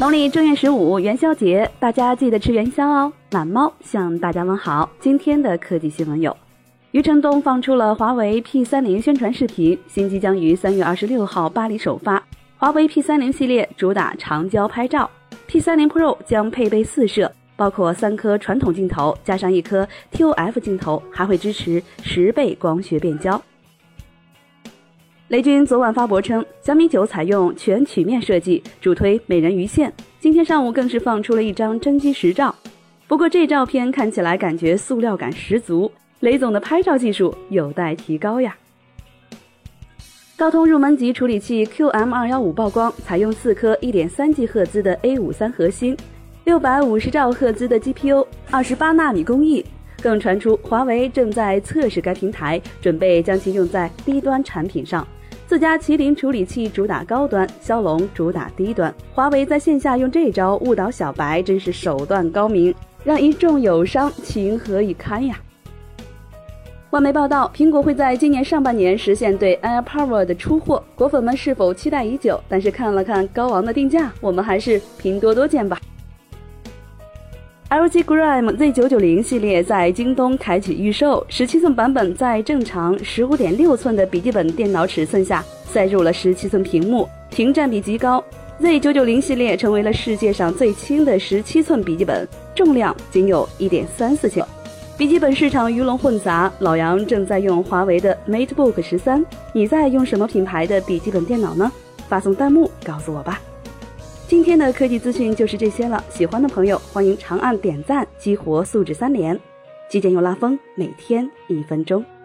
农历正月15元宵节，大家记得吃元宵哦。懒猫向大家问好。今天的科技新闻有：余承东放出了华为 P30 宣传视频，新机将于3月26号巴黎首发。华为 P30 系列主打长焦拍照 ，P30 Pro 将配备4摄，包括3颗传统镜头加上1颗 TOF 镜头，还会支持10倍光学变焦。雷军昨晚发博称，小米9采用全曲面设计，主推美人鱼线。今天上午更是放出了一张真机实照，不过这照片看起来感觉塑料感十足，雷总的拍照技术有待提高呀。高通入门级处理器 QM215 曝光，采用4颗 1.3G 赫兹的 A53 核心，650兆赫兹的 GPU，28纳米工艺。更传出华为正在测试该平台，准备将其用在低端产品上。自家麒麟处理器主打高端，骁龙主打低端。华为在线下用这招误导小白，真是手段高明，让一众友商情何以堪呀！外媒报道，苹果会在今年上半年实现对 AirPower 的出货，果粉们是否期待已久？但是看了看高昂的定价，我们还是拼多多见吧。LG Gram Z990 系列在京东开启预售，17寸版本在正常 15.6 寸的笔记本电脑尺寸下塞入了17寸屏幕，屏占比极高。Z990 系列成为了世界上最轻的17寸笔记本，重量仅有 1.34千。笔记本市场鱼龙混杂，老杨正在用华为的 MateBook 13，你在用什么品牌的笔记本电脑呢？发送弹幕告诉我吧。今天的科技资讯就是这些了，喜欢的朋友欢迎长按点赞，激活素质3连。极简又拉风，每天1分钟。